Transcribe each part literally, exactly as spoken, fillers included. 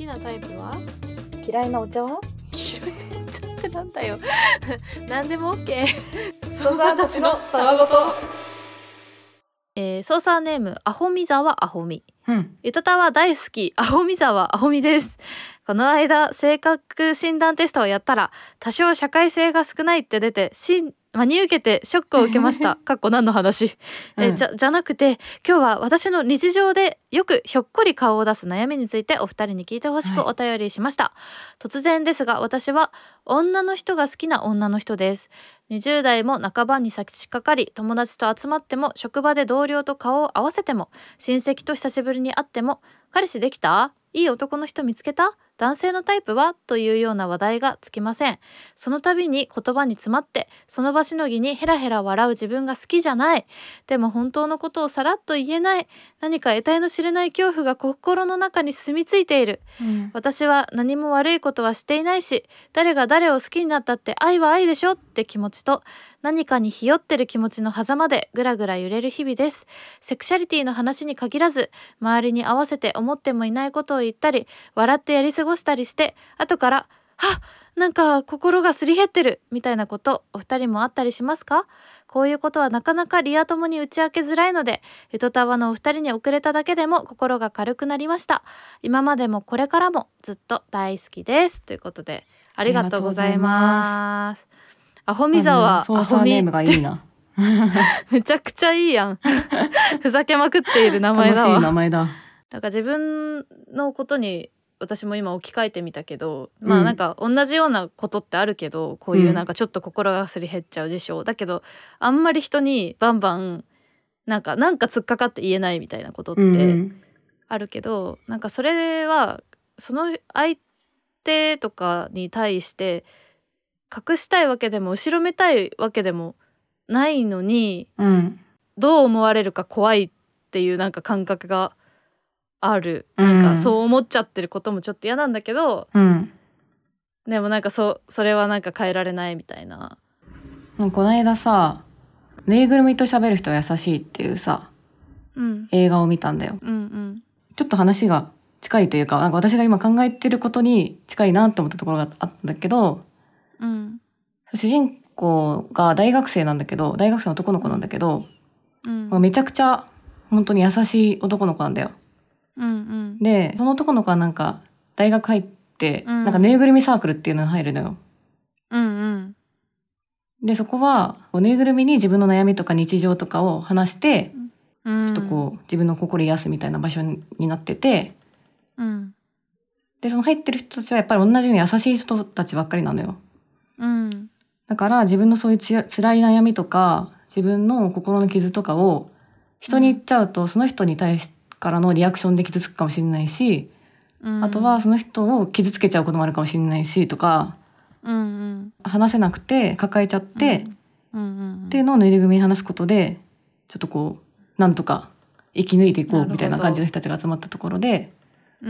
きなタイプは？ 嫌いなお茶は？ 嫌いなお茶ってなんだよ何でも OK ソーサーたちのたわごと。 えー、ソーサーネームアホミザワアホミ、 うん、 ゆたたは大好きアホミザワアホミです。この間性格診断テストをやったら多少社会性が少ないって出て真に受けてショックを受けましたかっこ何の話、えうん、 じゃじゃなくて今日は私の日常でよくひょっこり顔を出す悩みについてお二人に聞いてほしくお便りしました、はい、突然ですが私は女の人が好きな女の人です。にじゅう代も半ばに差し掛かり、友達と集まっても職場で同僚と顔を合わせても親戚と久しぶりに会っても彼氏できた？いい男の人見つけた？男性のタイプは？というような話題がつきません。その度に言葉に詰まってその場しのぎにヘラヘラ笑う自分が好きじゃない。でも本当のことをさらっと言えない。何か得体の知れない恐怖が心の中に住み着いている、うん、私は何も悪いことはしていないし、誰が誰を好きになったって愛は愛でしょって気持ちと、何かにひよってる気持ちの狭間でぐらぐら揺れる日々です。セクシャリティの話に限らず、周りに合わせて思ってもいないことを言ったり笑ってやり過ごしたりして、後からはっなんか心がすり減ってるみたいなことお二人もあったりしますか？こういうことはなかなかリア友に打ち明けづらいので、ゆとたわのお二人に遅れただけでも心が軽くなりました。今までもこれからもずっと大好きです、ということでありがとうございます。アホミザワソーサーネームがいいなめちゃくちゃいいやんふざけまくっている名前だわ。 楽しい名前だ。 なんか自分のことに私も今置き換えてみたけど、まあなんか同じようなことってあるけど、うん、こういうなんかちょっと心がすり減っちゃう事象だけど、あんまり人にバンバンなんかなんか突っかかって言えないみたいなことってあるけど、うん、なんかそれはその相手とかに対して隠したいわけでも後ろめたいわけでもないのに、うん、どう思われるか怖いっていうなんか感覚がある、うん、なんかそう思っちゃってることもちょっと嫌なんだけど、うん、でもなんか そ, それはなんか変えられないみたいな。 この間さ、ぬいぐるみと喋る人は優しいっていうさ、うん、映画を見たんだよ、うんうん、ちょっと話が近いというか、なんか私が今考えてることに近いなって思ったところがあったんだけど、うん、主人公が大学生なんだけど、大学生の男の子なんだけど、うんうん、めちゃくちゃ本当に優しい男の子なんだよ。うんうん、で、その男の子はなんか大学入って、うん、なんかぬいぐるみサークルっていうのに入るのよ。うんうん、で、そこはぬいぐるみに自分の悩みとか日常とかを話して、うん、ちょっとこう自分の心癒すみたいな場所になってて、うん、で、その入ってる人たちはやっぱり同じように優しい人たちばっかりなのよ。うん、だから自分のそういうつ辛い悩みとか自分の心の傷とかを人に言っちゃうと、うん、その人に対してからのリアクションで傷つくかもしれないし、うん、あとはその人を傷つけちゃうこともあるかもしれないしとか、うんうん、話せなくて抱えちゃって、うんうんうん、っていうのをぬいぐるみに話すことでちょっとこうなんとか生き抜いていこうみたいな感じの人たちが集まったところで、うん、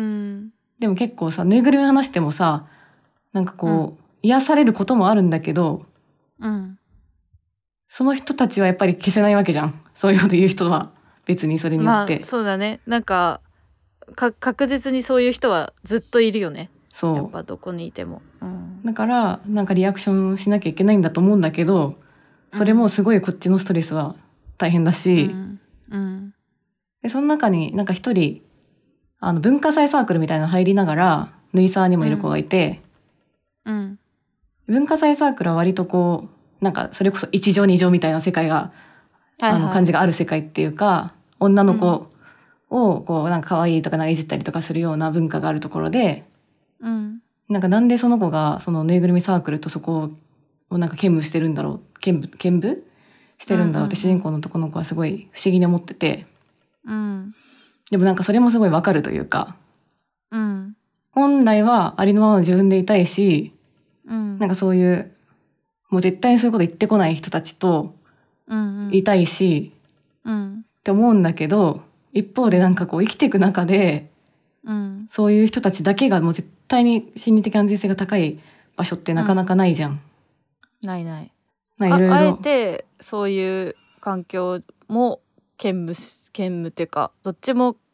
でも結構さ、ぬいぐるみ話してもさ、なんかこう、うん、癒されることもあるんだけど、うん、その人たちはやっぱり消せないわけじゃん、そういうこと言う人は。別にそれによって、 まあ、そうだね、なんかか確実にそういう人はずっといるよね。そう、やっぱどこにいても、うん、 だからなんかリアクションしなきゃいけないんだと思うんだけど、それもすごいこっちのストレスは大変だし、うんうん、でその中になんか一人あの文化祭サークルみたいなの入りながらぬいさーにもいる子がいて、うんうん、文化祭サークルは割とこうなんかそれこそ一条二条みたいな世界があの感じがある世界っていうか、はいはい、女の子をこうなんか可愛いとかなんかいじったりとかするような文化があるところで、うん、なんかなんでその子がそのぬいぐるみサークルとそこをなんか兼務してるんだろう、兼務兼務してるんだろうって主人公の男の子はすごい不思議に思ってて、うん、でもなんかそれもすごいわかるというか、うん、本来はありのままの自分でいたいし、うん、なんかそういうもう絶対にそういうこと言ってこない人たちといたいし、うんうん、って思うんだけど、一方でなんかこう生きていく中で、うん、そういう人たちだけがもう絶対に心理的安全性が高い場所ってなかなかないじゃん。うん、 ないない。 まあ、いろいろあ, あえてそういう環境も兼務し兼務っていうかどっちも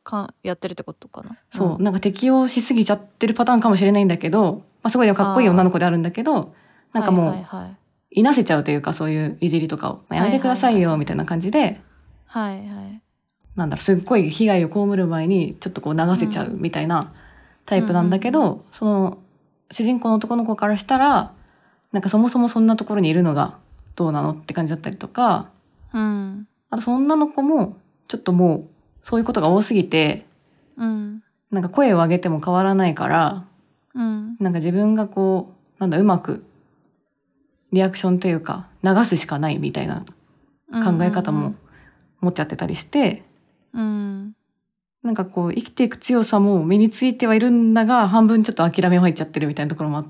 かやってるってことかな。 そう、 うん、 なんか適応しすぎちゃってるパターンかもしれないんだけど、まあ、すごいかっこいい女の子であるんだけど、なんかもう、はいはいはい、いなせちゃうというか、そういういじりとかを、やめてくださいよみたいな感じで、 はいはいはい、 なんだろう、すっごい被害を被る前にちょっとこう流せちゃうみたいなタイプなんだけど、うんうんうん、その主人公の男の子からしたら、なんかそもそもそんなところにいるのがどうなのって感じだったりとか、 うん、 あとその女の子もちょっともうそういうことが多すぎて、 うん、 なんか声を上げても変わらないから、 うん、 なんか自分がこう、なんだ、うまくリアクションというか流すしかないみたいな考え方も持っちゃってたりして、 うん、 なんかこう生きていく強さも身についてはいるんだが、半分ちょっと諦め入っちゃってるみたいなところもあって、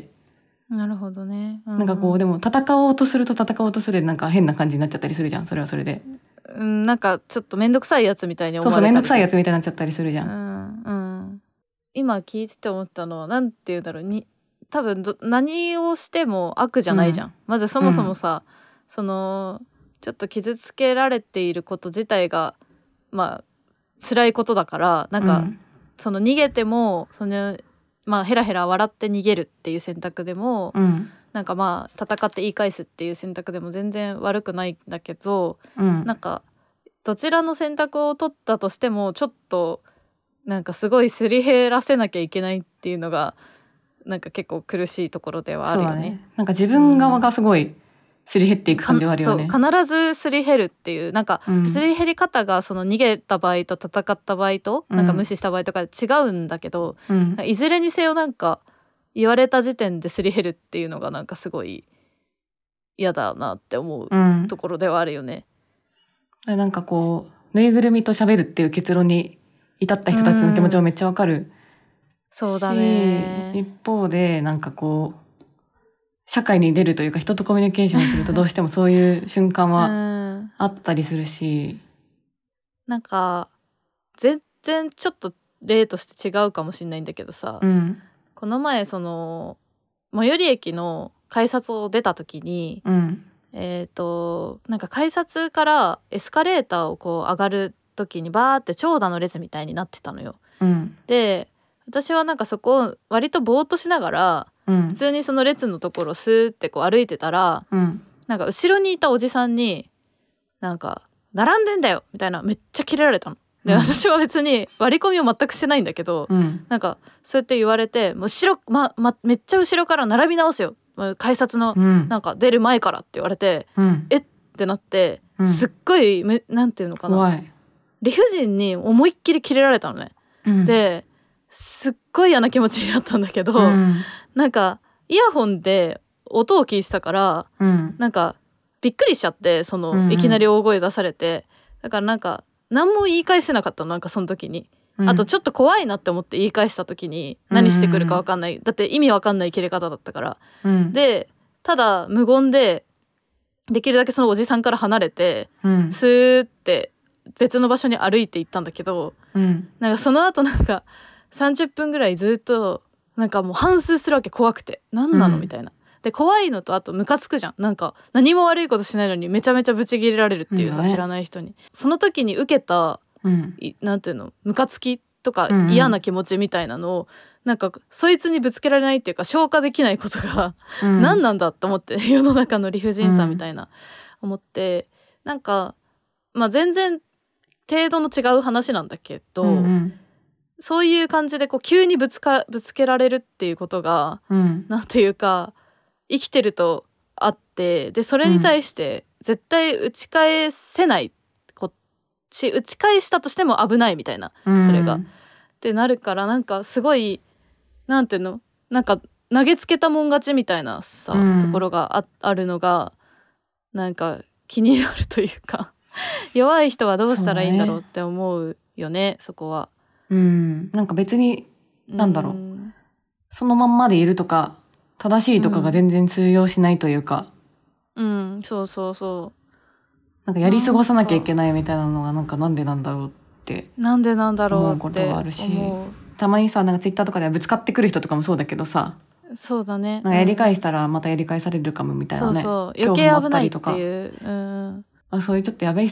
なるほどね、 うん、なんかこうでも戦おうとすると戦おうとするでなんか変な感じになっちゃったりするじゃん、それはそれで、 うん、なんかちょっとめんどくさいやつみたいに思われたり、 そうそう、めんどくさいやつみたいになっちゃったりするじゃん、 うんうん、今聞いてて思ったのはなんて言うんだろうに、多分ど何をしても悪じゃないじゃん、うん、まずそもそもさ、うん、そのちょっと傷つけられていること自体がまあ辛いことだから、なんか、うん、その逃げてもそのまあヘラヘラ笑って逃げるっていう選択でも、うん、なんかまあ戦って言い返すっていう選択でも全然悪くないんだけど、うん、なんかどちらの選択を取ったとしてもちょっとなんかすごいすり減らせなきゃいけないっていうのがなんか結構苦しいところではあるよね。そうだね、 なんか自分側がすごいすり減っていく感じはあるよね。 そう必ずすり減るっていうなんか、うん、すり減り方がその逃げた場合と戦った場合と、うん、なんか無視した場合とかで違うんだけど、うん、いずれにせよなんか言われた時点ですり減るっていうのがなんかすごい嫌だなって思うところではあるよね。 うん、なんかこうぬいぐるみと喋るっていう結論に至った人たちの気持ちもめっちゃわかる、うん、 そうだね。 一方でなんかこう社会に出るというか人とコミュニケーションするとどうしてもそういう瞬間はあったりするし、 うん、なんか全然ちょっと例として違うかもしれないんだけどさ、うん、この前その最寄り駅の改札を出た時に、うん、えーとなんか改札からエスカレーターをこう上がる時にバーって長蛇の列みたいになってたのよ、うん、で私はなんかそこを割とぼーっとしながら、うん、普通にその列のところスーってこう歩いてたら、うん、なんか後ろにいたおじさんになんか並んでんだよみたいなめっちゃキレられたので、うん、私は別に割り込みを全くしてないんだけど、うん、なんかそうやって言われてもう後ろ、まま、めっちゃ後ろから並び直すよ改札のなんか出る前からって言われて、うん、えってなって、うん、すっごいめなんていうのかな理不尽に思いっきりキレられたのね、うん、ですっごい嫌な気持ちになったんだけど、うん、なんかイヤホンで音を聞いてたから、うん、なんかびっくりしちゃってその、うんうん、いきなり大声出されてだからなんか何も言い返せなかったのなんかその時に、うん、あとちょっと怖いなって思って言い返した時に何してくるか分かんない、うんうん、だって意味分かんない切れ方だったから、うん、でただ無言でできるだけそのおじさんから離れて、うん、スーって別の場所に歩いて行ったんだけど、うん、なんかその後なんかさんじゅっぷんぐらいずっとなんかもう反芻するわけ怖くて何なの、うん、みたいなで怖いのとあとムカつくじゃんなんか何も悪いことしないのにめちゃめちゃブチギレられるっていうさ、うん、知らない人にその時に受けた、うん、なんていうのムカつきとか嫌な気持ちみたいなのを、うん、なんかそいつにぶつけられないっていうか消化できないことが、うん、何なんだと思って世の中の理不尽さみたいな、うん、思ってなんかまあ全然程度の違う話なんだけど、うんうん、そういう感じでこう急にぶつかぶつけられるっていうことが、うん、なんていうか生きてるとあってでそれに対して絶対打ち返せない、こっち打ち返したとしても危ないみたいな、うん、それがってなるからなんかすごいなんていうのなんか投げつけたもん勝ちみたいなさ、うん、ところが あ, あるのがなんか気になるというか弱い人はどうしたらいいんだろうって思うよね そ, そこは。 うんなんか別になんだろう、うん、そのまんまでいるとか正しいとかが全然通用しないというか、 うん、うん、そうそうそうなんかやり過ごさなきゃいけないみたいなのがなんかなんでなんだろうってなんでなんだろう思うことがあるしたまにさなんかツイッターとかではぶつかってくる人とかもそうだけどさそうだねなんかやり返したらまたやり返されるかもみたいなね、うん、 そうそう余計危ないっていう、うん、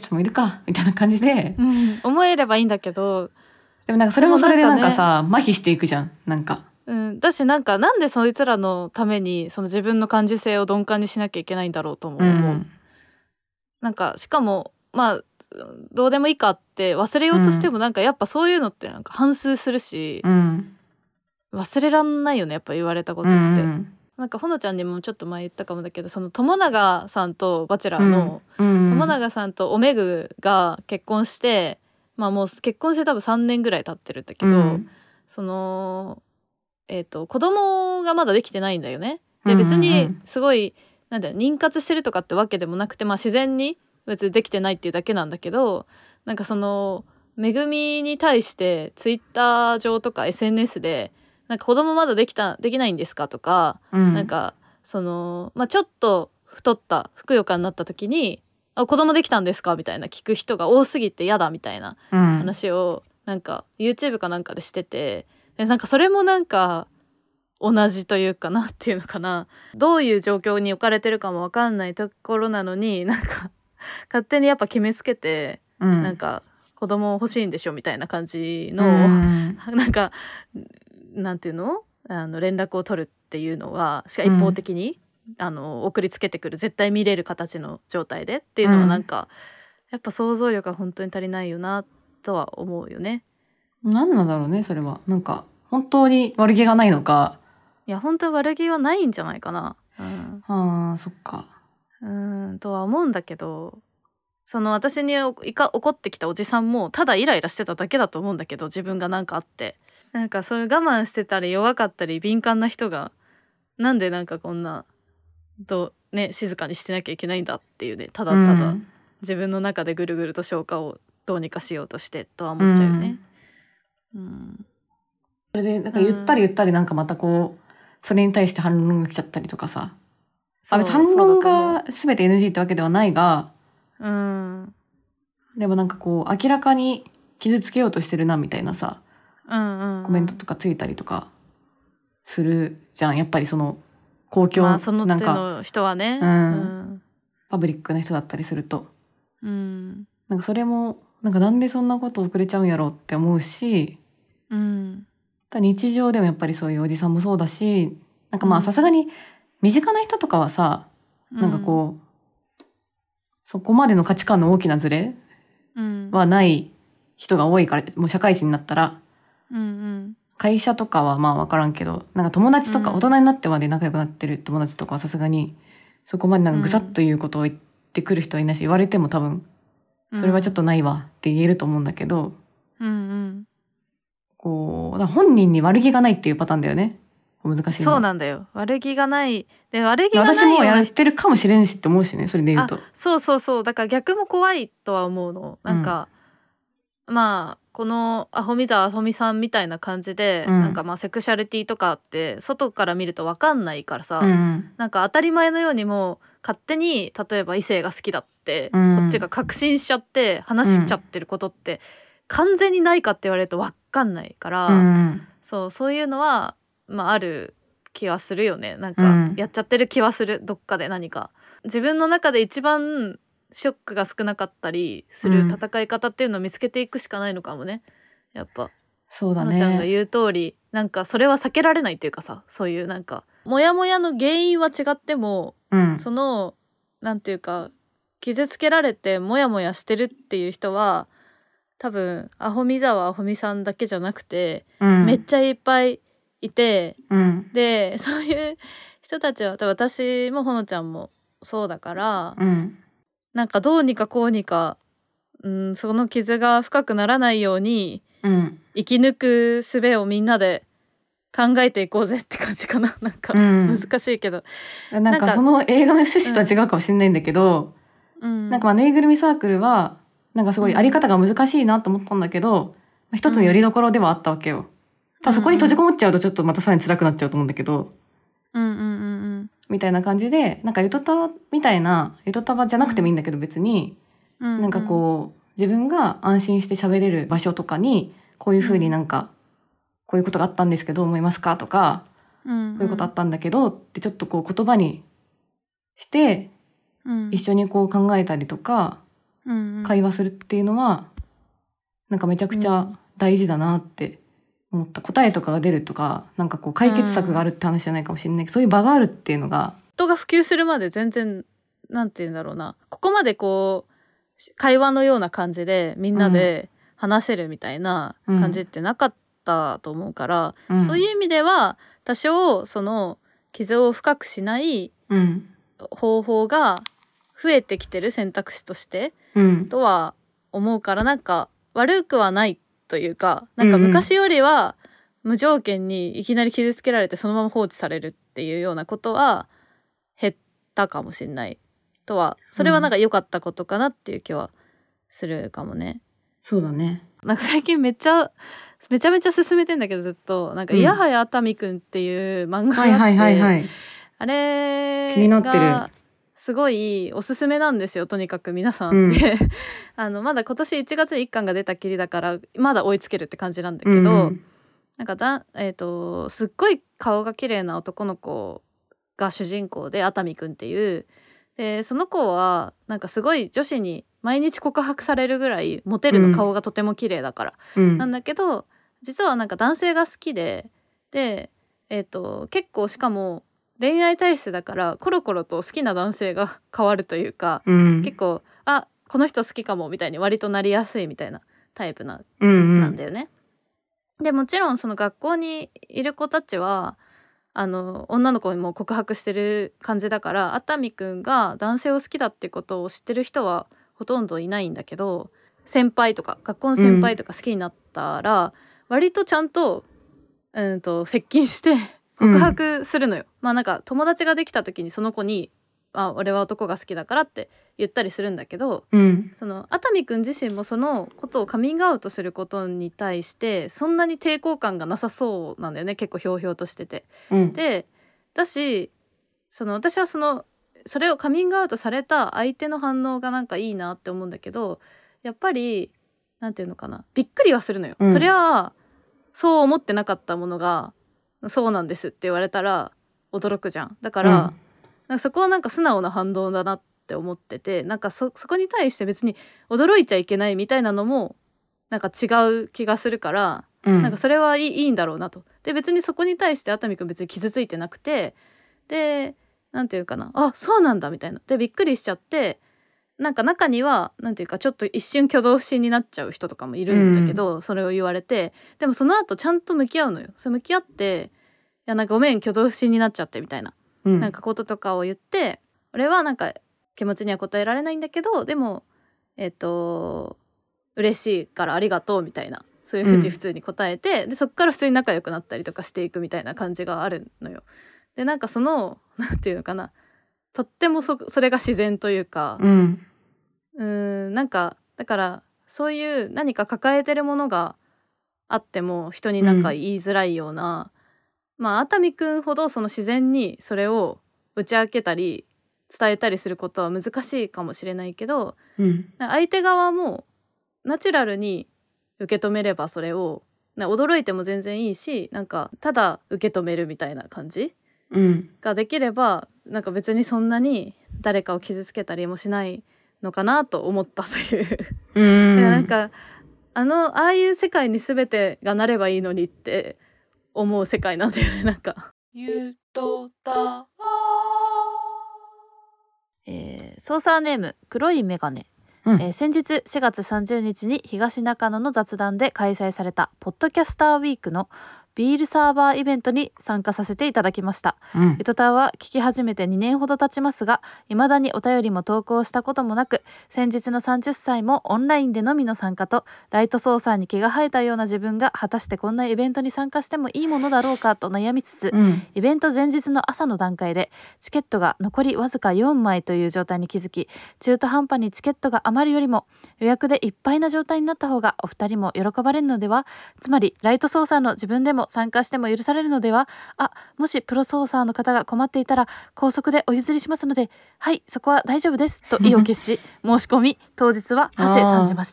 あそういうちょっとやばい人もいるかみたいな感じで、 うん、思えればいいんだけどでもなんかそれもそれでなんかさ、ね、麻痺していくじゃんなんか。 うん、だしなんかなんでそいつらのためにその自分の感受性を鈍感にしなきゃいけないんだろうとも思う、うん、なんかしかもまあどうでもいいかって忘れようとしても、なんかやっぱそういうのってなんか反芻するし、うん、忘れらんないよねやっぱ言われたことって、うん、なんかほのちゃんにもちょっと前言ったかもだけど、その友永さんとバチェラーの、うんうん、友永さんとおめぐが結婚して、まあもう結婚して多分さんねんぐらい経ってるんだけど、うん、そのえーと、子供がまだできてないんだよね。で別にすごいなんだよ妊活してるとかってわけでもなくて、まあ自然に別にできてないっていうだけなんだけど、なんかそのめぐみに対してツイッター上とか エスエヌエス でなんか子供まだできたできないんですかとか、うん、なんかその、まあ、ちょっと太ったふくよかになった時にあ子供できたんですかみたいな聞く人が多すぎて嫌だみたいな話をなんか YouTube かなんかでしてて、でなんかそれもなんか同じというかなっていうのかな、どういう状況に置かれてるかも分かんないところなのになんか勝手にやっぱ決めつけて、うん、なんか子供欲しいんでしょみたいな感じの、うん、なんかなんていうのあの連絡を取るっていうのはしか一方的に、うん、あの送りつけてくる絶対見れる形の状態でっていうのはなんか、うん、やっぱ想像力が本当に足りないよなとは思うよね。 何なんだろうねそれは。なんか本当に悪気がないのか。 いや本当に悪気はないんじゃないかな。 うん、あーそっか。 うんとは思うんだけど、その私にいか怒ってきたおじさんもただイライラしてただけだと思うんだけど、自分がなんかあってなんかそれ我慢してたり弱かったり敏感な人がなんでなんかこんなとね静かにしてなきゃいけないんだっていうね、ただただ自分の中でぐるぐると消化をどうにかしようとしてとは思っちゃうよね。うん、うん、 それでなんか言ったり言ったりなんかまたこうそれに対して反論が来ちゃったりとかさ、あ別に反論が全て エヌジー ってわけではないが、うん、でもなんかこう明らかに傷つけようとしてるなみたいなさ、うんうんうん、コメントとかついたりとかするじゃんやっぱりその公共、まあ、 その手の人はね、 うんうん、パブリックな人だったりすると、うん、なんかそれもなんかなんでそんなこと遅れちゃうんやろうって思うし、うん、日常でもやっぱりそういうおじさんもそうだし、なんかまあさすがに身近な人とかはさ、うん、なんかこうそこまでの価値観の大きなズレはない人が多いから、もう社会人になったら、うんうん、会社とかはまあ分からんけど、なんか友達とか大人になってまで仲良くなってる友達とかはさすがにそこまでなんかぐさっということを言ってくる人はいないし、言われても多分それはちょっとないわって言えると思うんだけど、うんうん、こうだから本人に悪気がないっていうパターンだよね。難しいの。 そうなんだよ。悪気がないで悪気がない私もやってるかもしれんしって思うしね、それで言うと。 そうそうそう、だから逆も怖いとは思うの。なんか、うん、まあこのアホミザアホミさんみたいな感じで、うん、なんかまあセクシャリティとかって外から見ると分かんないからさ、うん、なんか当たり前のようにもう勝手に例えば異性が好きだって、うん、こっちが確信しちゃって話しちゃってることって、完全にないかって言われると分かんないから、うん、そうそういうのはまあ、ある気はするよね。なんかやっちゃってる気はする、うん、どっかで何か自分の中で一番ショックが少なかったりする戦い方っていうのを見つけていくしかないのかもね。やっぱそうだね。 花ちゃんが言う通りなんかそれは避けられないっていうかさ、そういうなんかモヤモヤの原因は違っても、うん、そのなんていうか傷つけられてモヤモヤしてるっていう人は多分アホミザワアホミさんだけじゃなくて、うん、めっちゃいっぱいいて、うん、でそういう人たちは私もほのちゃんもそうだから、うん、なんかどうにかこうにか、うん、その傷が深くならないように、うん、生き抜く術をみんなで考えていこうぜって感じかな。なんか難しいけど、 うん、なんかその映画の趣旨とは違うかもしれないんだけど、うん、なんかまあぬいぐるみサークルはなんかすごいあり方が難しいなと思ったんだけど、うん、一つの拠り所ではあったわけよ。ただそこに閉じこもっちゃうとちょっとまたさらに辛くなっちゃうと思うんだけど、うんうんうんうん、みたいな感じでなんかゆとたみたいなゆとたばじゃなくてもいいんだけど別に、うん、なんかこう自分が安心して喋れる場所とかにこういうふうになんか、うん、こういうことがあったんですけどどう思いますかとか、うんうん、こういうことあったんだけどってちょっとこう言葉にして、うん、一緒にこう考えたりとか、うんうん、会話するっていうのはなんかめちゃくちゃ大事だなって思った。答えとかが出るとかなんかこう解決策があるって話じゃないかもしれないけど、うん、そういう場があるっていうのが人が普及するまで全然なんて言うんだろうな、ここまでこう会話のような感じでみんなで話せるみたいな感じってなかったと思うから、うん、そういう意味では多少その傷を深くしない方法が増えてきてる選択肢として、うん、とは思うから、なんか悪くはないというか、なんか昔よりは無条件にいきなり傷つけられてそのまま放置されるっていうようなことは減ったかもしれないとは、それはなんか良かったことかなっていう気はするかもね、うん、 そうだね。 なんか最近めっちゃめちゃめちゃ進めてんだけど、ずっとなんか、うん、いやはや熱海くんっていう漫画があって、はいはいはいはい、あれが気になってる。すごいおすすめなんですよ、とにかく皆さん、うん、であのまだ今年いちがつにいっかんが出たきりだからまだ追いつけるって感じなんだけど、うんうん、なんかだ、えーと、すっごい顔が綺麗な男の子が主人公で、熱海くんっていう、でその子はなんかすごい女子に毎日告白されるぐらいモテるの、顔がとても綺麗だから、うん、なんだけど実はなんか男性が好きで、で、えーと、結構しかも恋愛体質だからコロコロと好きな男性が変わるというか、うん、結構あこの人好きかもみたいに割となりやすいみたいなタイプな、うんうん、なんだよね。でもちろんその学校にいる子たちはあの女の子にも告白してる感じだから、熱海くんが男性を好きだってことを知ってる人はほとんどいないんだけど、先輩とか学校の先輩とか好きになったら、うん、割とちゃんと、うんと接近して告白するのよ、うん、まあなんか友達ができた時にその子にあ俺は男が好きだからって言ったりするんだけど、うん、その熱海くん自身もそのことをカミングアウトすることに対してそんなに抵抗感がなさそうなんだよね、結構ひょうひょうとしてて、うん、でだしその私はそのそれをカミングアウトされた相手の反応がなんかいいなって思うんだけど、やっぱりなんていうのかな、びっくりはするのよ、うん、そりゃそう思ってなかったものがそうなんですって言われたら驚くじゃん。だから、うん、なんかそこはなんか素直な反応だなって思ってて、なんか そ, そこに対して別に驚いちゃいけないみたいなのもなんか違う気がするから、うん、なんかそれはいい、いいんだろうなと。で別にそこに対して熱海くん別に傷ついてなくて、でなんていうかな、あそうなんだみたいなでびっくりしちゃって、なんか中にはなんていうかちょっと一瞬挙動不審になっちゃう人とかもいるんだけど、うん、それを言われてでもその後ちゃんと向き合うのよ。それ向き合っていやなんかごめん挙動不審になっちゃってみたいな、うん、なんかこととかを言って、俺はなんか気持ちには答えられないんだけどでもえっと嬉しいからありがとうみたいな、そういうふうに普通に答えて、うん、でそっから普通に仲良くなったりとかしていくみたいな感じがあるのよ。でなんかそのなんていうのかな、とっても そ, それが自然というか、うん、うーんなんかだからそういう何か抱えてるものがあっても人になんか言いづらいような、うん、まあ熱海くんほどその自然にそれを打ち明けたり伝えたりすることは難しいかもしれないけど、うん、相手側もナチュラルに受け止めればそれを驚いても全然いいし、なんかただ受け止めるみたいな感じ、うん、ができればなんか別にそんなに誰かを傷つけたりもしないのかなと思ったといううんなんかあのああいう世界に全てがなればいいのにって思う世界なんだよね。なんかゆとたえー、ソーサーネーム黒いメガネ、うんえー、先日しがつさんじゅうにちに東中野の雑談で開催されたポッドキャスターウィークのビールサーバーイベントに参加させていただきました、うん、ゆとたわは聞き始めてにねんほど経ちますが未だにお便りも投稿したこともなく、先日のさんじゅっさいもオンラインでのみの参加とライト操作に毛が生えたような自分が果たしてこんなイベントに参加してもいいものだろうかと悩みつつ、うん、イベント前日の朝の段階でチケットが残りわずかよんまいという状態に気づき、中途半端にチケットが余るよりも予約でいっぱいな状態になった方がお二人も喜ばれるのでは、つまりライト操作の自分でも参加しても許されるのでは、あ、もしプロ操作の方が困っていたら高速でお譲りしますので、はいそこは大丈夫ですと意を決し申し込み当日は馳せ参じました。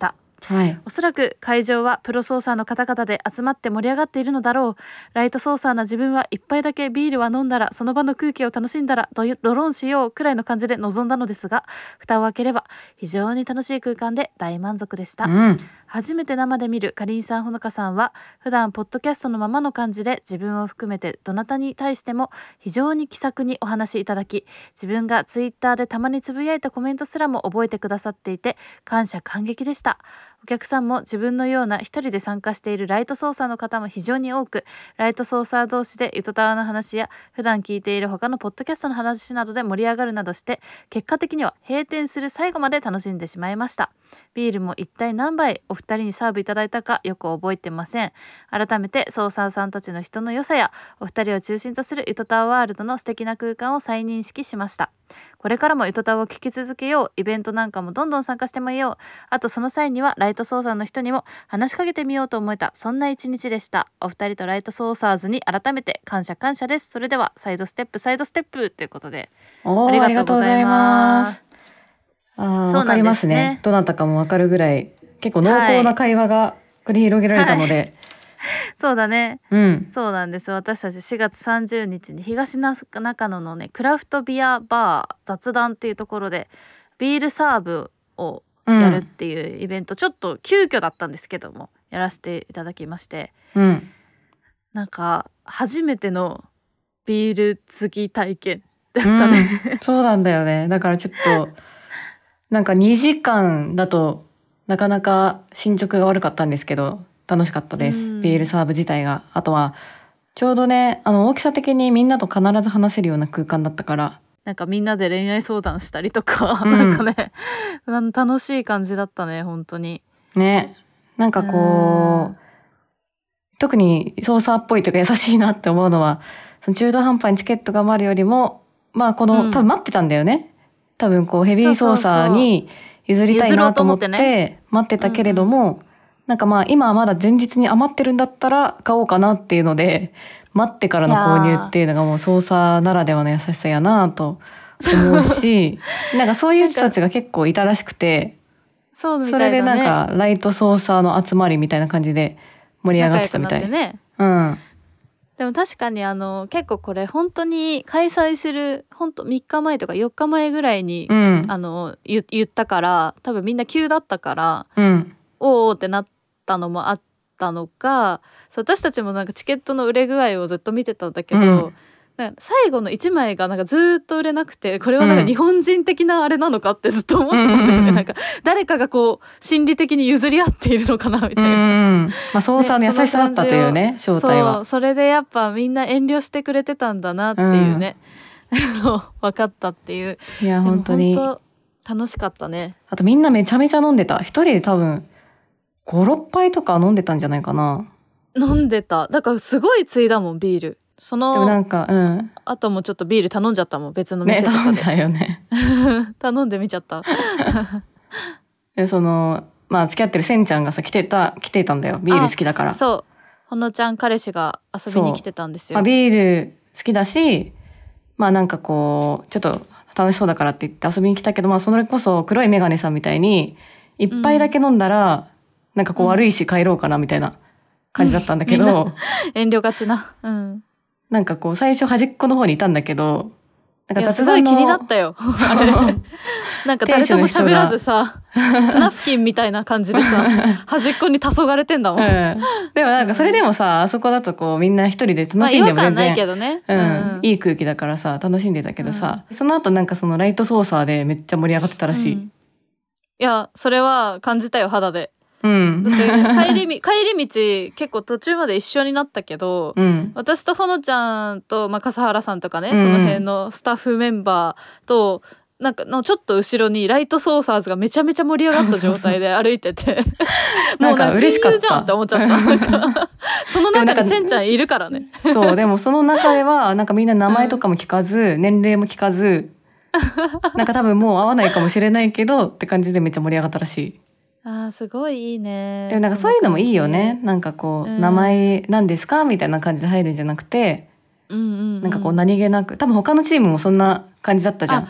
はい、 おそらく会場はプロソーサーの方々で集まって盛り上がっているのだろう。ライトソーサーな自分は一杯だけビールは飲んだらその場の空気を楽しんだらドローンしようくらいの感じで臨んだのですが、蓋を開ければ非常に楽しい空間で大満足でした、 うん、 初めて生で見るかりんさんほのかさんは普段ポッドキャストのままの感じで自分を含めてどなたに対しても非常に気さくにお話しいただき、自分がツイッターでたまにつぶやいたコメントすらも覚えてくださっていて感謝感激でした。お客さんも自分のような一人で参加しているライトソーサーの方も非常に多く、ライトソーサー同士でゆとたわの話や普段聞いている他のポッドキャストの話などで盛り上がるなどして、結果的には閉店する最後まで楽しんでしまいました。ビールも一体何杯お二人にサーブいただいたかよく覚えてません。改めてソーサーさんたちの人の良さやお二人を中心とするゆとたわワールドの素敵な空間を再認識しました。これからもゆとたわを聞き続けよう。イベントなんかもどんどん参加してもいよう。あとその際にはライトソーサーの人にも話しかけてみようと思えた、そんな一日でした。お二人とライトソーサーズに改めて感謝感謝です。それではサイドステップサイドステップということで、 ありがとうございます。あ、わかりますね。どなたかもわかるぐらい結構濃厚な会話が繰り広げられたので、はいはい、 そうだね、 うん、 そうなんです。私たちしがつさんじゅうにちに東中野のねクラフトビアバー雑談っていうところでビールサーブをやるっていうイベント、うん、ちょっと急遽だったんですけどもやらせていただきまして、 うん、 なんか初めてのビール継ぎ体験だったね、 うん、そうなんだよね。だからちょっとなんかにじかんだとなかなか進捗が悪かったんですけど楽しかったです、うん、ビールサーブ自体が。あとはちょうどね、あの大きさ的にみんなと必ず話せるような空間だったから、 なんかみんなで恋愛相談したりとか、うん、なんかね楽しい感じだったね本当にね。なんかこう特にソーサーっぽいというか優しいなって思うのは、その中途半端にチケットが余るよりもまあこの、うん、多分待ってたんだよね。多分こうヘビーソーサーに譲りたいなと思って待ってたけれども、うんうん、なんかまあ今はまだ前日に余ってるんだったら買おうかなっていうので待ってからの購入っていうのがもうソーサーならではの優しさやなと思うしなんかそういう人たちが結構いたらしくて、 そうみたいだね、 それでなんかライトソーサーの集まりみたいな感じで盛り上がってたみたい。 仲良くなってね、 うん。 でも確かにあの結構これ本当に開催する本当みっかまえとかよっかまえぐらいに、 うん、 あの 言, 言ったから多分みんな急だったから、 うん、 おーってなったのもあったのか、そう私たちもなんかチケットの売れ具合をずっと見てたんだけど、うん、なんか最後のいちまいがなんかずっと売れなくて、これはなんか日本人的なあれなのかってずっと思ってたんだよね、うん、なんか誰かがこう心理的に譲り合っているのかなみたいな、 うんまあ、ソーサーの優しさだったというね、正体は。 そう、それでやっぱみんな遠慮してくれてたんだなっていうね、うん、分かったっていう。 いや本当に本当楽しかったね。 あとみんなめちゃめちゃ飲んでた。一人で多分ご、ろっぱいとか飲んでたんじゃないかな。 飲んでた。だからすごいついだもんビール。そのでもなんか、うん、 あともちょっとビール頼んじゃったもん別の店とかで、 ね、頼んじゃうよね頼んでみちゃったでそのまあ付き合ってるせんちゃんがさ来てた来てたんだよ、ビール好きだから。 そうほのちゃん彼氏が遊びに来てたんですよ。 まあ、ビール好きだし、まあなんかこうちょっと楽しそうだからって言って遊びに来たけど、まあそれこそ黒いメガネさんみたいに一杯だけ飲んだら、うん、なんかこう悪いし帰ろうかなみたいな感じだったんだけど、うん、 遠慮がちな、うん、 なんかこう最初端っこの方にいたんだけど、なんか雑談のすごい気になったよあれなんか誰とも喋らずさスナフキンみたいな感じでさ端っこに黄昏てんだもん、うん、 でもなんかそれでもさ、あそこだとこうみんな一人で楽しんでも全然、まあ、違和感ないけどね、うんうん、いい空気だからさ楽しんでたけどさ、うん、その後なんかそのライトソーサーでめっちゃ盛り上がってたらしい、うん、 いやそれは感じたよ肌で。 うん、 だって帰り帰り道結構途中まで一緒になったけど、 うん、 私とほのちゃんと、まあ、笠原さんとかね、うん、その辺のスタッフメンバーとなんかのちょっと後ろにライトソーサーズがめちゃめちゃ盛り上がった状態で歩いててもうなんか親友じゃんって思っちゃったなんかその中にせんちゃんいるからねそうでもその中ではなんかみんな名前とかも聞かず、うん、年齢も聞かずなんか多分もう会わないかもしれないけどって感じでめっちゃ盛り上がったらしい。 あーすごいいいね。 でもなんかそういうのもいいよね。なんかこう、うん、名前何ですかみたいな感じで入るんじゃなくて、 うんうんうん、 なんかこう何気なく、多分他のチームもそんな感じだったじゃん。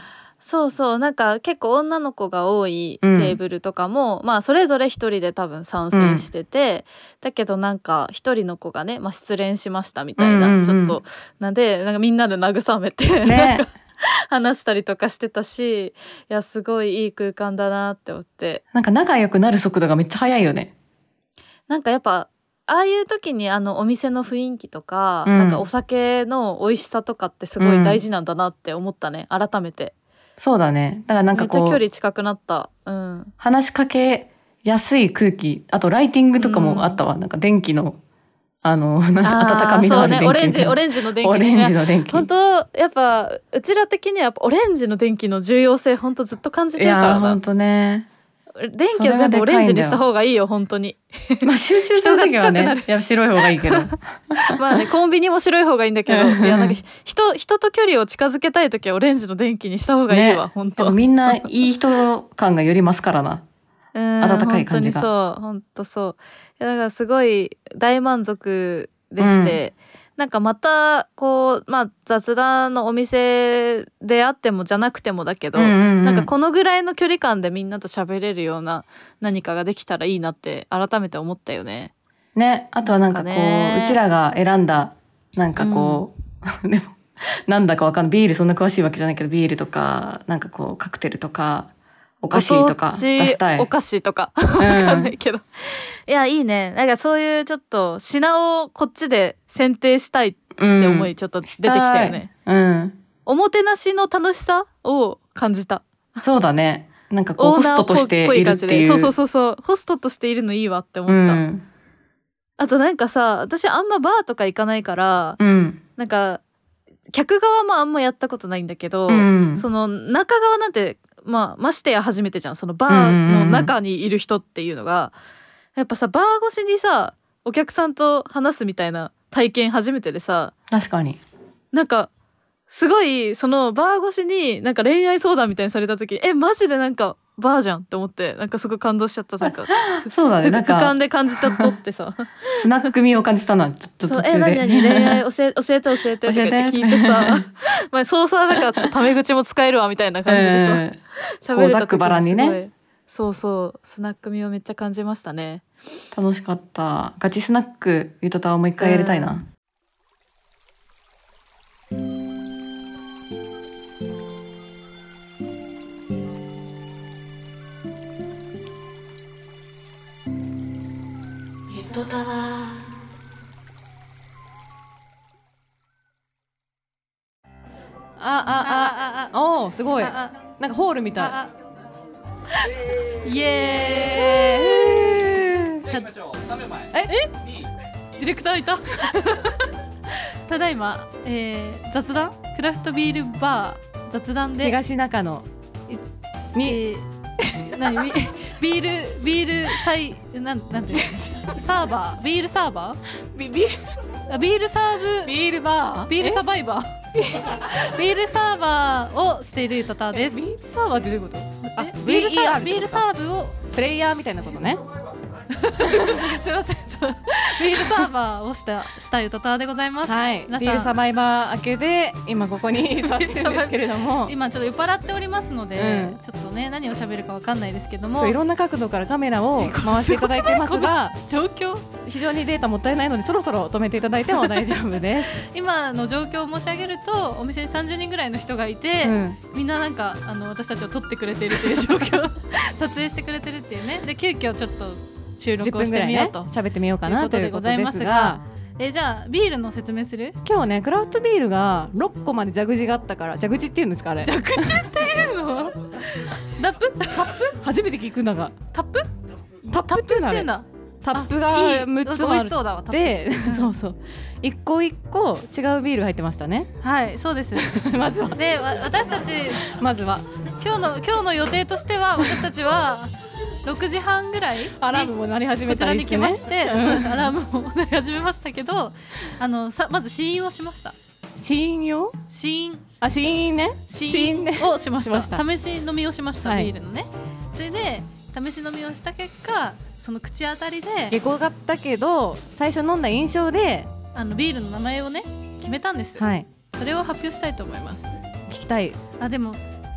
そうそう、なんか結構女の子が多いテーブルとかも、うん、まあそれぞれ一人で多分参戦してて、うん、だけどなんか一人の子がね、まあ、失恋しましたみたいな、うんうんうん、ちょっとなんでなんかみんなで慰めて、ね、なんか話したりとかしてたし、いやすごいいい空間だなって思って、 なんか仲良くなる速度がめっちゃ速いよね。 なんかやっぱああいう時にあのお店の雰囲気とか、うん、なんかお酒の美味しさとかってすごい大事なんだなって思ったね、改めて。 そうだね。だからなんかこうめっちゃ距離近くなった。うん。 話しかけやすい空気、あとライティングとかもあったわ。うん、なんか電気のあのなんか温かみのある電気。 そうね、オレンジオレンジの電気、ね。 オレンジの電気。 本当やっぱうちら的にはやっぱオレンジの電気の重要性本当ずっと感じてるからな。いや本当ね。 電気は全部オレンジにした方がいいよ本当に。 まあ集中してる時はね、や白い方がいいけど。 まあね、コンビニも白い方がいいんだけど、いやなんか人人と距離を近づけたい時はオレンジの電気にした方がいいわ、ね、本当。 みんないい人感がよりますからな。 うん温かい感じが。本当にそう本当そう。いやだからすごい大満足でして。うんなんかまたこう、まあ、雑談のお店であってもじゃなくてもだけど、うんうんうん、なんかこのぐらいの距離感でみんなと喋れるような何かができたらいいなって改めて思ったよね。 ね、あとはなんかこう、うちらが選んだなんかこう、うん、でもなんだかわかんない、ビールそんな詳しいわけじゃないけどビールとかなんかこうカクテルとかお菓子とか出したい。 お菓子とかわかんないけど、うん、いやいいね。なんかそういうちょっと品をこっちで選定したいって思いちょっと出てきたよね。 うん、 おもてなしの楽しさを感じた。 そうだね。なんかこうホストとしているっていう。 そうそうそうそうホストとしているのいいわって思った。うん、あとなんかさ私あんまバーとか行かないから、うん、なんか客側もあんまやったことないんだけど、うん、その中側なんてまあ、ましてや初めてじゃんそのバーの中にいる人っていうのが、うん、やっぱさバー越しにさお客さんと話すみたいな体験初めてでさ確かになんかすごいそのバー越しになんか恋愛相談みたいにされた時えマジでなんかバーじゃんって思ってなんかすごい感動しちゃったなんかそうだねなんか俯瞰で感じたとってさスナック味を感じたなちょっと途中でえ何何恋愛教え教えて教えてとか言って聞いてさまあ操作だからタメ口も使えるわみたいな感じでさ喋、えー、れた時にすごいざっくばらんにねそうそうスナック味をめっちゃ感じましたね。 楽しかった。ガチスナックゆとたわもう一回やりたいな、うんゆとたわああああおーすごいなんかホールみたいイエーイ。 行きましょう。さんびょうまえええディレクターいたただいま、えー、雑談クラフトビールバー雑談で東中野に、えー、何ビールビールサイなんなんてサーバービールサーバービビビールサーブビールバービールサバイバービールサーバーをしているゆとたわです。 ビールサーバーってどういうこと？ あビールサービールサーブをプレイヤーみたいなことねすいませんビールサーバーをしたしたゆとたわでございます。 はい、ビールサバイバー明けで今ここに座ってるんですけれども今ちょっと酔っ払っておりますので、うん、ちょっとね何を喋るかわかんないですけどもそういろんな角度からカメラを回していただいてますが状況非常にデータもったいないのでそろそろ止めていただいても大丈夫です今の状況を申し上げるとお店にさんじゅうにんぐらいの人がいて、うん、みんななんかあの私たちを撮ってくれているという状況撮影してくれてるっていうねで急遽ちょっと収録をしてみようと喋、ね、ってみようかなということでございますがえじゃあビールの説明する？ 今日ねクラフトビールがろっこまで蛇口があったから蛇口っていうんですかあれ蛇口っていうのラップタップ初めて聞くのがタップタップっていうのはねタップがむっつもあってそうそう一個一個違うビール入ってましたね。 はいそうですまずはで私たちまずは今日の今日の予定としては私たちはろくじはんぐらいアラームも鳴り始めたりしてねこちらに来ましてそうアラームも鳴り始めましたけどあのさまず試飲をしました。 試飲よ試飲あ試飲ね試飲をしました。試し飲みをしました、はい、ビールのねそれで試し飲みをした結果その口当たりで下校がったけど最初飲んだ印象であのビールの名前をね決めたんです、 はい、 それを発表したいと思います。 聞きたい。 あでも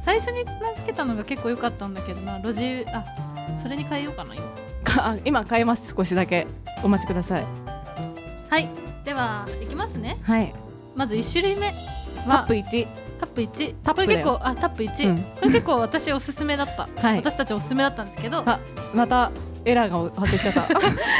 最初に名付けたのが結構良かったんだけどな。路地、あ、それに変えようかな今。 か今変えます。少しだけお待ちください。 はい、ではいきますね。 はい。 まずいち種類目はタップいち。 タップいち。 タップだよ。 これ結構あタップいち、うん、これ結構私おすすめだった、はい、私たちおすすめだったんですけど、 あ、またエラーが発生しちゃった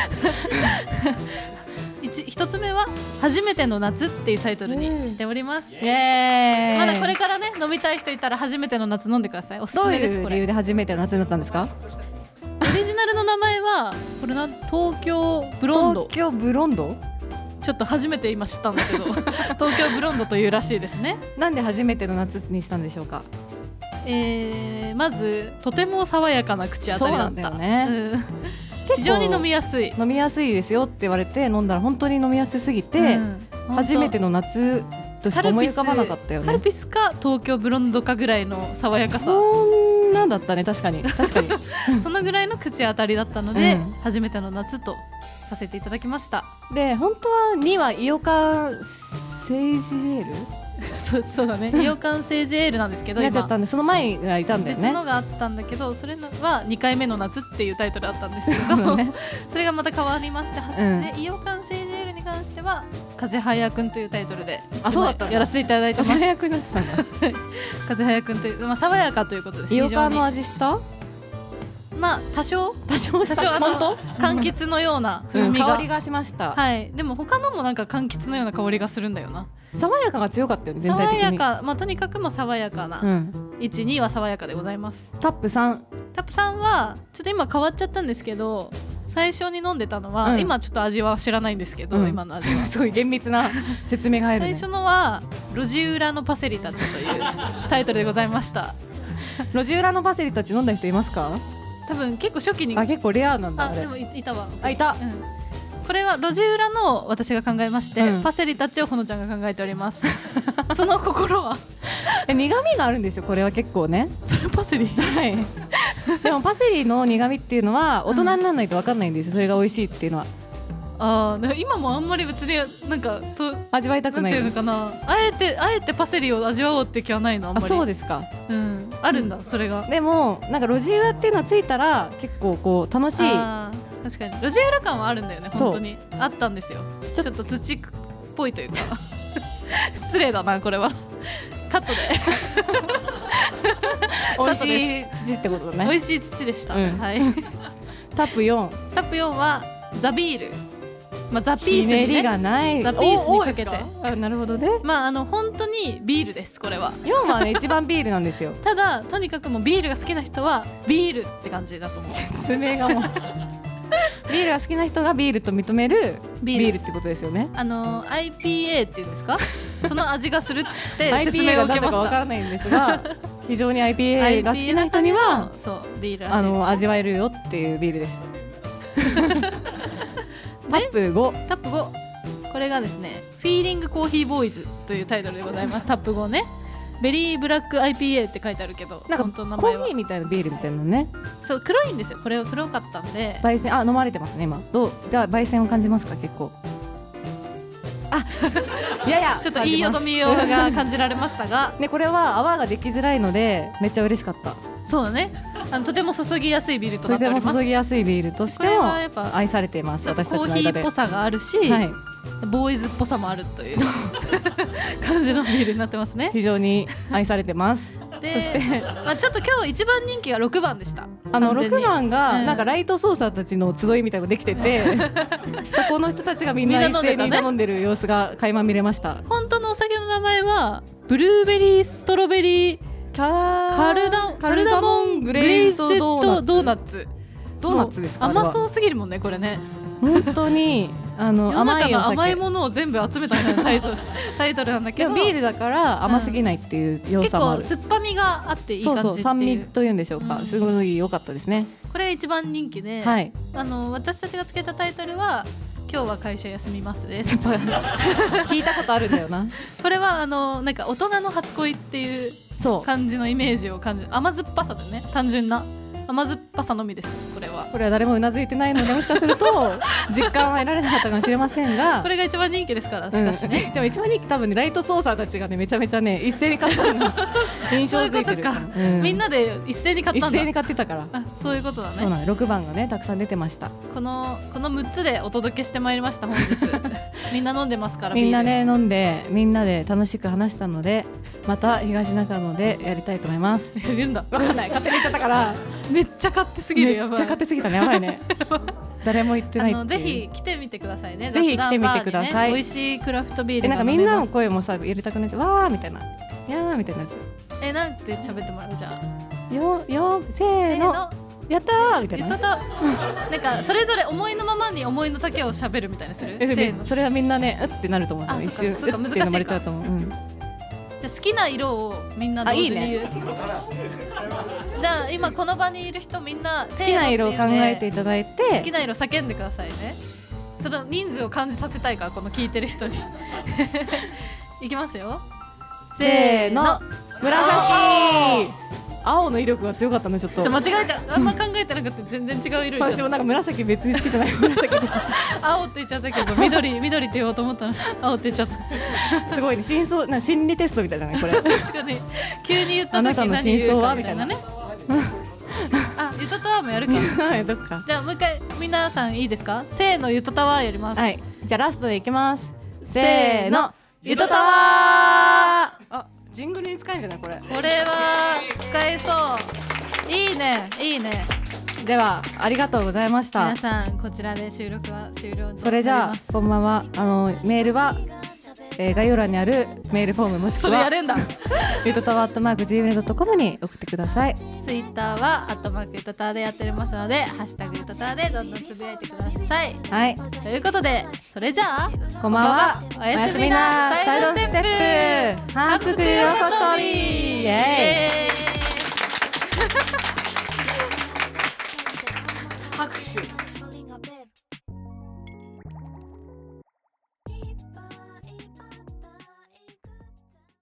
一つ目は初めての夏っていうタイトルにしております。イエーイ。 まだこれからね飲みたい人いたら初めての夏飲んでください。おすすめです。 どういう理由で初めての夏になったんですか？ オリジナルの名前はこれな、東京ブロンド。 東京ブロンド？ ちょっと初めて今知ったんだけど東京ブロンドというらしいですね。 なんで初めての夏にしたんでしょうか？ えー、まずとても爽やかな口当たりだった。そうなんだよね、うん、非常に飲みやすい。 飲みやすいですよって言われて飲んだら本当に飲みやすすぎて、うん、初めての夏としか思い浮かばなかったよね。 カルピスか東京ブロンドかぐらいの爽やかさ。 そんなんだったね。確かに確かにそのぐらいの口当たりだったので、うん、初めての夏とさせていただきました。 で本当はにはイオカンセージエールそう、そうだねイオカンセージエールなんですけど、 今やっちゃったんで、その前がいたんだよね。 別のがあったんだけど、それはにかいめの夏っていうタイトルだったんですけどね、それがまた変わりまして、うん、でイオカンセージエールに関しては風早くんというタイトルであそうだったやらせていただいてます。 風早くんになってたんだ風早くんという、まあ、爽やかということです。 イオカンの味した？ まあ多少多少した。本当？ 柑橘のような風味が、 うん、香りがしました。 はい。でも他のもなんか柑橘のような香りがするんだよな。 爽やかが強かったよね、全体的に。 爽やか、まあとにかくも爽やかな、うん、いち、には爽やかでございます。 タップさん。 タップさんはちょっと今変わっちゃったんですけど、最初に飲んでたのは、うん、今ちょっと味は知らないんですけど、うん、今の味はすごい厳密な説明が入るね。 最初のは路地裏のパセリたちというタイトルでございました路地裏のパセリたち飲んだ人いますか？ 多分結構初期に。 あ、結構レアなんだ。 あ、でも い, いたわ。 あ、いた、 うん、これは路地裏の私が考えまして、うん、パセリたちをほのちゃんが考えておりますその心は苦味があるんですよ、これは結構ね。 それパセリはいでもパセリの苦味っていうのは大人にならないと分かんないんですよ、それが美味しいっていうのは。 ああ、今もあんまり別になんかと味わいたくない。 なんていうのかな、あえてあえてパセリを味わおうって気はないの、あんまり。 あ、そうですか。 うん、あるんだ、うん、それが。 でもなんか路地裏っていうのはついたら結構こう楽しい。 あ、確かに路地裏感はあるんだよね、本当にあったんですよ。ちょっと土っぽいというか失礼だなこれはカットで美味しい土ってことだね。 美味しい土でした、うん、はい。 タップよん。 タップよんはザビール、まあ、ザピースに、ね、 ひねりがない。 ザピースにかけて。 あ、なるほどね。 まああの本当にビールです、これは。 よんはね一番ビールなんですよただとにかくもうビールが好きな人はビールって感じだと思う。 説明がもうビールが好きな人がビールと認めるビール、ビールってことですよね。 あの アイピーエー っていうんですかその味がするって説明を受けました。アイピーエー が何だか分からないんですが非常に アイピーエー が好きな人にはそうビールらしいです。 あの味わえるよっていうビールですタップご。 タップご、これがですねフィーリングコーヒーボーイズというタイトルでございます。タップごね、ベリーブラック アイピーエー って書いてあるけど、 なんか本当の名前はコーヒーみたいなビールみたいなね。 そう、黒いんですよ。これは黒かったんで。 焙煎、あ、飲まれてますね今。どうじゃあ焙煎を感じますか？結構あいやいやちょっといいよどみようが感じられましたがね、これは泡ができづらいのでめっちゃ嬉しかった。 そうだね、あのとても注ぎやすいビールとなっております。 とても注ぎやすいビールとしても愛されています、私たちの間で。 コーヒーっぽさがあるし、はい、ボーイズっぽさもあるという感じのビールになってますね。 非常に愛されてますでそして、まあ、ちょっと今日一番人気がろくばんでした。 あのろくばんがなんかライトソーサーたちの集いみたいなのができてて、うん、そこの人たちがみんな一斉に頼んでる様子が垣間見れました。 本当のお酒の名前はブルーベリーストロベリーカルダカルダモングレイズドドーナツ。 ドーナツですか？ 甘そうすぎるもんねこれね。 本当にあの世の中の甘いものを全部集めたみたいなタイトルタイトルなんだけど、 ビールだから甘すぎないっていう良さもある、 うん、結構酸っぱみがあっていい感じっていう。そうそう、酸味というんでしょうか、うん、すごい良かったですね。 これ一番人気で、はい、あの私たちがつけたタイトルは今日は会社休みますです聞いたことあるんだよなこれはあのなんか大人の初恋っていう感じのイメージを感じる。甘酸っぱさでね、単純な甘酸っぱさのみですこれは。 これは誰もうなずいてないのでもしかすると実感は得られなかったかもしれませんがこれが一番人気ですから。しかしね、 うん、でも一番人気多分ねライトソーサーたちがねめちゃめちゃね一斉に買ったのが印象づいてる。 そういうことか、うん、みんなで一斉に買ったんだ。 一斉に買ってたから。 あ、そういうことだね。 そうなの。ろくばんがねたくさん出てました。 このこのむっつでお届けしてまいりました本日みんな飲んでますから。 みんなね飲んでみんなで楽しく話したのでまた東中野でやりたいと思います。 やるんだ。 わかんない勝手に言っちゃったからめっちゃ買ってすぎる。やばい。 めっちゃ買ってすぎたね。やばいね誰も言ってないっていう。 あのぜひ来てみてくださいね。 ぜひ来てみてください、 ね、美味しいクラフトビールが飲めます。なんかみんなの声もさ入れたくないしわーみたいなやーみたいなやつ。 えなんて喋ってもらうじゃん。よよせーのやったーみたいな。 やったなんかそれぞれ思いのままに思いの丈を喋るみたいなする。せーの。 それはみんなねうってなると思う。一瞬うって飲まれちゃうと思う、うん、 じゃあ好きな色をみんな同時に言う。いいね、じゃあ今この場にいる人みんな好きな色を考えていただいて好きな色叫んでくださいね。その人数を感じさせたいからこの聞いてる人にいきますよ。せーの紫。青の威力が強かったね。ちょっと間違えちゃう。あんま考えてなくて全然違う色。 私もなんか紫別に好きじゃない紫出ちゃった青って言っちゃったけど緑緑って言おうと思ったの青って言っちゃったすごいね。真相な心理テストみたいじゃないこれ確かに急に言った時何言うかみたいなねあ、ゆとたわーもやるかじゃあもう一回皆さんいいですか。せーのゆとたわーやります。 はい、じゃあラストでいきます。せーのゆとたわー。あ、ジングルに使えるんじゃないこれ。 これは使えそう。いいねいいね。 ではありがとうございました。 皆さんこちらで収録は終了になります。 それじゃあこんばんは。あのメールは、えー、概要欄にあるメールフォームもしくはそれやるんだゆとたわアットマーク ジーメールドットコム に送ってください。 ツイッターはアットマークゆとたわでやってますのでハッシュタグゆとたわでどんどんつぶやいてください。 はい。 ということでそれじゃあこんばんは。 おやすみなサイドステップ反復横跳びイエーイ拍手。